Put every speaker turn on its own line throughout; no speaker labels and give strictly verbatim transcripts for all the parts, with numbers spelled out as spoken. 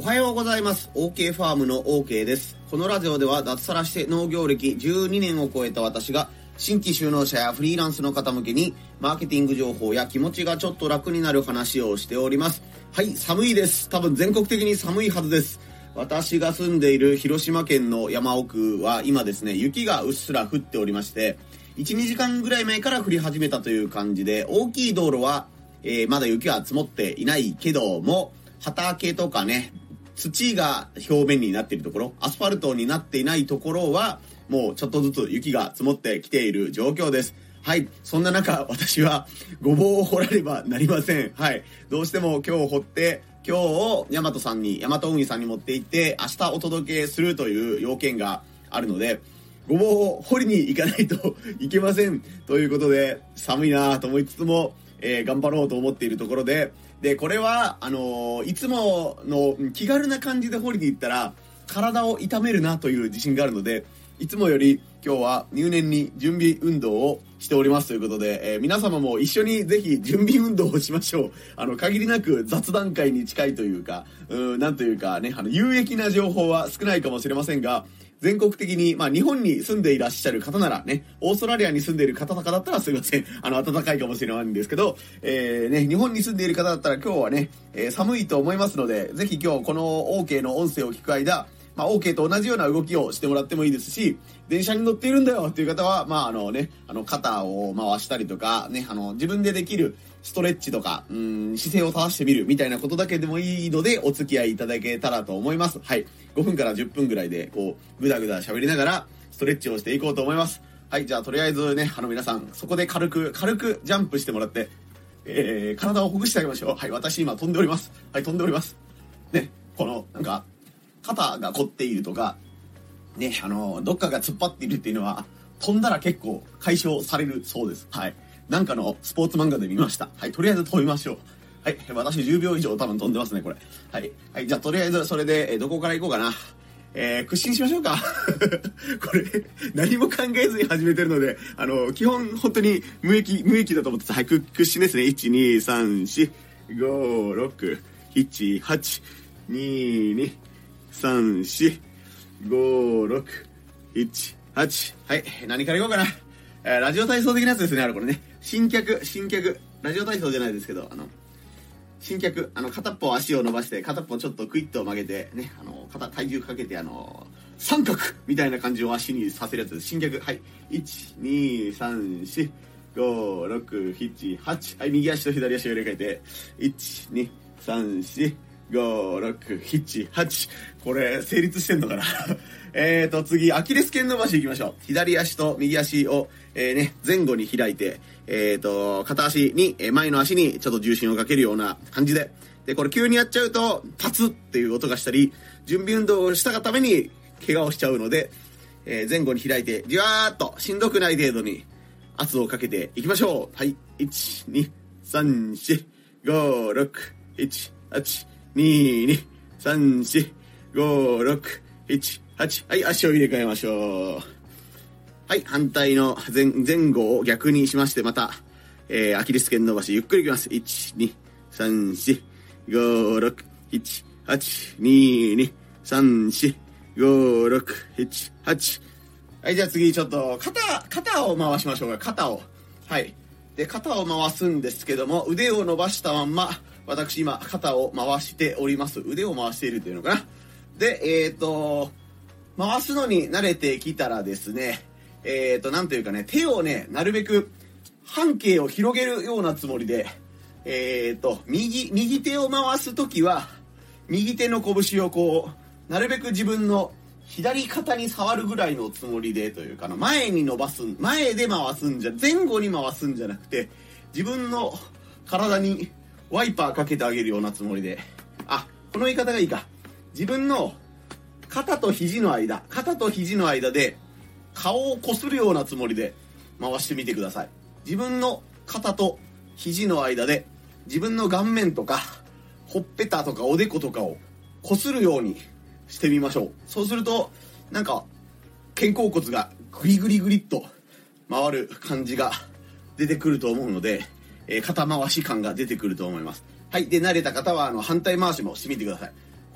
はようございます。 OK ファームの OK です。このラジオでは脱サラして農業歴じゅうにねんを超えた私が新規就農者やフリーランスの方向けにマーケティング情報や気持ちがちょっと楽になる話をしております。はい、寒いです。多分全国的に寒いはずです。私が住んでいる広島県の山奥は今ですね、雪がうっすら降っておりまして、いち、にじかんぐらい前から降り始めたという感じで、大きい道路は、えー、まだ雪は積もっていないけども、畑とかね、土が表面になっているところ、アスファルトになっていないところはもうちょっとずつ雪が積もってきている状況です。はい、そんな中私はごぼうを掘らねばなりません。はい、どうしても今日掘って今日を大和さんに大和運輸さんに持って行って明日お届けするという要件があるので、ごぼうを掘りに行かないといけませんということで、寒いなと思いつつも、えー、頑張ろうと思っているところで、でこれはあのー、いつもの気軽な感じで掘りに行ったら体を痛めるなという自信があるので、いつもより今日は入念に準備運動をしておりますということで、えー、皆様も一緒にぜひ準備運動をしましょう。あの限りなく雑談会に近いというか、うーんなんというかね、あの有益な情報は少ないかもしれませんが、全国的に、まあ日本に住んでいらっしゃる方ならね、オーストラリアに住んでいる方とかだったらすいません、あの暖かいかもしれないんですけど、えー、ね、日本に住んでいる方だったら今日はね、えー、寒いと思いますので、ぜひ今日この OK の音声を聞く間、まあ OK と同じような動きをしてもらってもいいですし、電車に乗っているんだよっていう方は、まああのね、あの肩を回したりとかね、あの自分でできるストレッチとか、うーん姿勢を正してみるみたいなことだけでもいいのでお付き合いいただけたらと思います。はい、ごふんからじゅっぷんぐらいでこうぐだぐだ喋りながらストレッチをしていこうと思います。はい、じゃあとりあえずね、あの皆さんそこで軽く軽くジャンプしてもらって、えー、体をほぐしてあげましょう。はい、私今飛んでおります。はい、飛んでおりますね。このなんか肩が凝っているとかね、あのどっかが突っ張っているっていうのは飛んだら結構解消されるそうです。はい、なんかのスポーツ漫画で見ました。はい、とりあえず飛びましょう。はい、私じゅうびょう以上多分飛んでますねこれ。はい、はい、じゃあとりあえずそれで、えー、どこから行こうかな。えー、屈伸しましょうかこれ何も考えずに始めてるので、あの基本本当に無益無益だと思って、はい、屈伸ですね。いちにさんしごろくななはちににさんしごろくななはち、はい、何からいこうかな。えー、ラジオ体操的なやつですね。あれこれね、新脚新脚ラジオ体操じゃないですけど、あの新脚、あの片っぽ足を伸ばして片っぽちょっとクイッと曲げてね、あの肩体重かけてあの三角みたいな感じを足にさせるやつです。新脚。はい、いちにさんしごろくななはち、はい、右足と左足を入れ替えていちにさんしごろくななはち、これ成立してんのかなえーと次アキレス腱伸ばしいきましょう。左足と右足を、えーね、前後に開いて、えーと片足に前の足にちょっと重心をかけるような感じで、でこれ急にやっちゃうとパツっていう音がしたり、準備運動をしたがために怪我をしちゃうので、えー、前後に開いてじわーっとしんどくない程度に圧をかけていきましょう。はい、いちにさんしごろくななはちににさんしごろくななはち、はい、足を入れ替えましょう。はい、反対の 前, 前後を逆にしまして、また、えー、アキレス腱伸ばしゆっくりいきます。いちにさんしごろくななはちににさんしごろくななはち、はい、じゃあ次ちょっと肩肩を回しましょうか。肩を、はい、で肩を回すんですけども、腕を伸ばしたまんま私今肩を回しております。腕を回しているというのかな。でえっ、ー、と回すのに慣れてきたらですね、えっ、ー、となんというかね、手をねなるべく半径を広げるようなつもりで、えっ、ー、と右右手を回すときは右手の拳をこうなるべく自分の左肩に触るぐらいのつもりでというかな、前に伸ばす、前で回すんじゃ、前後に回すんじゃなくて、自分の体にワイパーかけてあげるようなつもりで、あ、この言い方がいいか。自分の肩と肘の間、肩と肘の間で顔をこするようなつもりで回してみてください。自分の肩と肘の間で自分の顔面とかほっぺたとかおでことかをこするようにしてみましょう。そうするとなんか肩甲骨がグリグリグリっと回る感じが出てくると思うので、えー、肩回し感が出てくると思います。はい、で慣れた方はあの反対回しもしてみてください。こ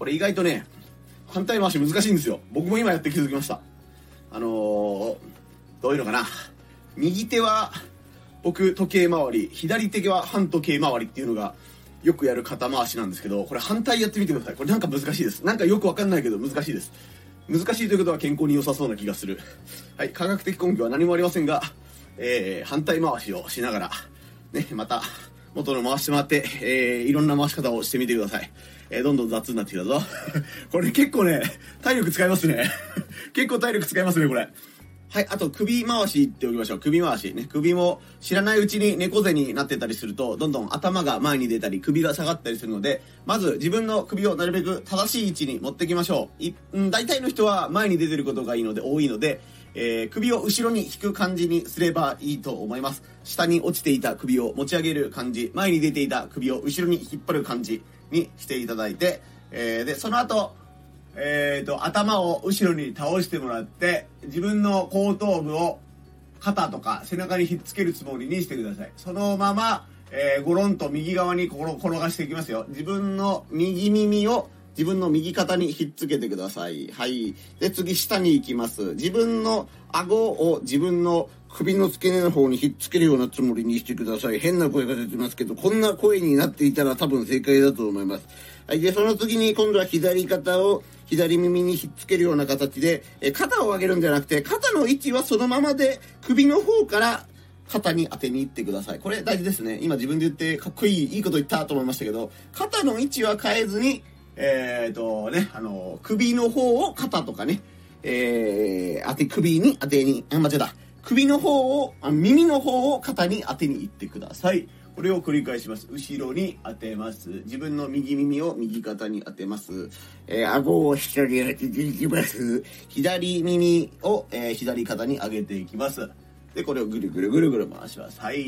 これ意外とね、反対回し難しいんですよ。僕も今やって気づきました。あのー、どういうのかな。右手は僕時計回り、左手は反時計回りっていうのがよくやる肩回しなんですけど、これ反対やってみてください。これなんか難しいです。なんかよくわかんないけど難しいです。難しいということは健康に良さそうな気がする。はい、科学的根拠は何もありませんが、えー、反対回しをしながら、ね、また元の回してもらって、えー、いろんな回し方をしてみてください。えー、どんどん雑になってきたぞ。これ結構ね、体力使いますね。結構体力使いますね、これ。はい、あと首回しっておきましょう。首回しね。首も知らないうちに猫背になってたりすると、どんどん頭が前に出たり、首が下がったりするので、まず自分の首をなるべく正しい位置に持っていきましょう。いん大体の人は前に出てることがいいので、多いので、えー、首を後ろに引く感じにすればいいと思います。下に落ちていた首を持ち上げる感じ、前に出ていた首を後ろに引っ張る感じにしていただいて、えー、で、その後、えーと、頭を後ろに倒してもらって、自分の後頭部を肩とか背中にひっつけるつもりにしてください。そのまま、えー、ゴロンと右側に転がしていきますよ。自分の右耳を自分の右肩にひっつけてください。はい。で、次下に行きます。自分の顎を自分の首の付け根の方にひっつけるようなつもりにしてください。変な声が出てますけど、こんな声になっていたら多分正解だと思います。はい。で、その次に今度は左肩を左耳にひっつけるような形で、え肩を上げるんじゃなくて、肩の位置はそのままで首の方から肩に当てに行ってください。これ大事ですね。今自分で言ってかっこいい、いいこと言ったと思いましたけど、肩の位置は変えずに、えーとね、あの、首の方を肩とかね、えー、当て、首に当てに、あ、間違えた。首の方を、あ、耳の方を肩に当てに行ってください。これを繰り返します。後ろに当てます。自分の右耳を右肩に当てます。えー、顎を下に当てていきます。左耳を、えー、左肩に上げていきます。で、これをぐるぐるぐるぐる回します。はい。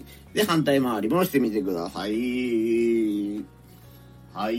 で、反対回りもしてみてください。はい。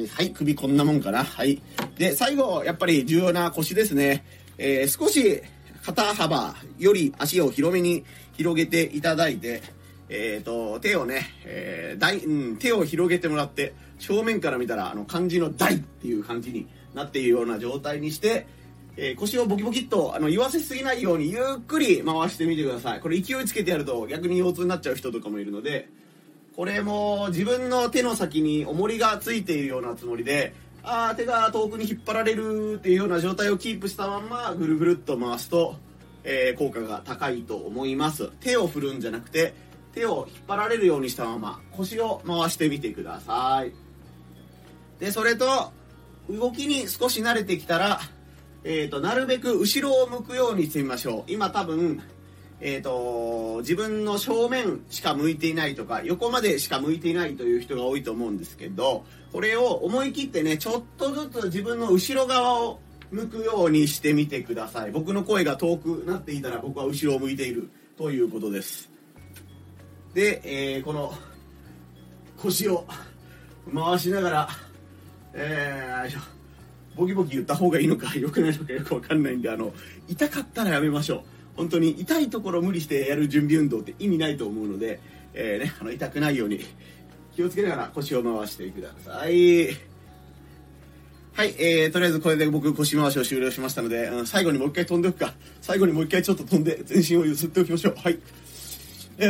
はい、首こんなもんかな。はい。で、最後、やっぱり重要な腰ですね。えー、少し肩幅より足を広めに広げていただいて、えっと、手をね、えー大うん、手を広げてもらって、正面から見たら、あの、漢字の大っていう感じになっているような状態にして、えー、腰をボキボキっと、あの、言わせすぎないようにゆっくり回してみてください。これ勢いつけてやると逆に腰痛になっちゃう人とかもいるので、これも自分の手の先に重りがついているようなつもりで、あー手が遠くに引っ張られるっていうような状態をキープしたまんまぐるぐるっと回すと、えー、効果が高いと思います。手を振るんじゃなくて、手を引っ張られるようにしたまま腰を回してみてください。で、それと動きに少し慣れてきたら、えーと、なるべく後ろを向くようにしてみましょう。今多分えーと、自分の正面しか向いていないとか、横までしか向いていないという人が多いと思うんですけど、これを思い切ってね、ちょっとずつ自分の後ろ側を向くようにしてみてください。僕の声が遠くなっていたら僕は後ろを向いているということです。で、えー、この腰を回しながら、えー、よいしょ、ボキボキ言った方がいいのか良くないのかよくわかんないんで、あの、痛かったらやめましょう。本当に痛いところを無理してやる準備運動って意味ないと思うので、えーね、あの痛くないように気をつけながら腰を回してください。はい、えー、とりあえずこれで僕腰回しを終了しましたので、うん、最後にもう一回飛んでおくか。最後にもう一回ちょっと飛んで全身を揺すっておきましょう。はい。え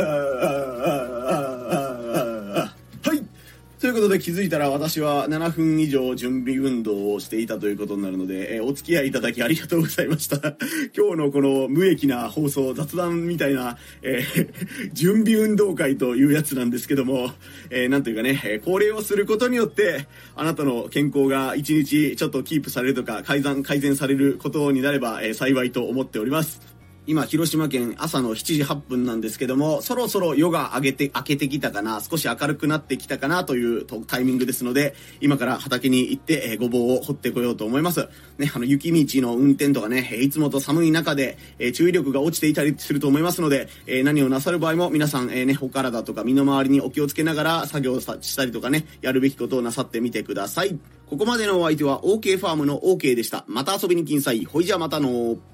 ー、はい。ということで気づいたら私はななふん以上準備運動をしていたということになるので、えー、お付き合いいただきありがとうございました。今日のこの無益な放送、雑談みたいな、えー、準備運動会というやつなんですけども、えー、なんというかね、えー、これをすることによってあなたの健康が一日ちょっとキープされるとか改善、改善されることになれば、えー、幸いと思っております。今広島県朝のしちじはっぷんなんですけども、そろそろ夜が明けて明けてきたかな、少し明るくなってきたかなというタイミングですので、今から畑に行って、えー、ごぼうを掘ってこようと思います。ね、あの雪道の運転とかね、いつもと寒い中で、えー、注意力が落ちていたりすると思いますので、えー、何をなさる場合も皆さん、えー、ね、お体とか身の回りにお気をつけながら作業したりとかね、やるべきことをなさってみてください。ここまでのお相手は OK ファームの OK でした。また遊びに来んさい。ほいじゃまたの。